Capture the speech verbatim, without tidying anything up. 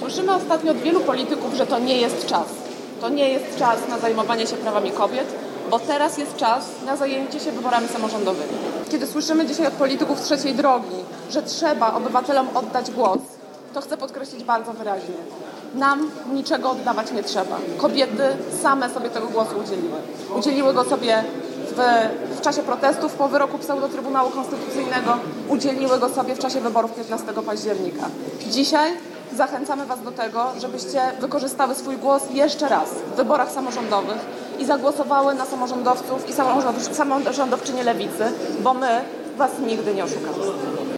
Słyszymy ostatnio od wielu polityków, że to nie jest czas. To nie jest czas na zajmowanie się prawami kobiet, bo teraz jest czas na zajęcie się wyborami samorządowymi. Kiedy słyszymy dzisiaj od polityków trzeciej drogi, że trzeba obywatelom oddać głos, to chcę podkreślić bardzo wyraźnie. Nam niczego oddawać nie trzeba. Kobiety same sobie tego głosu udzieliły. Udzieliły go sobie w, w czasie protestów po wyroku pseudo-Trybunału Konstytucyjnego, udzieliły go sobie w czasie wyborów piętnastego października. Dzisiaj zachęcamy Was do tego, żebyście wykorzystały swój głos jeszcze raz w wyborach samorządowych i zagłosowały na samorządowców i samorządowczynie lewicy, bo my Was nigdy nie oszukamy.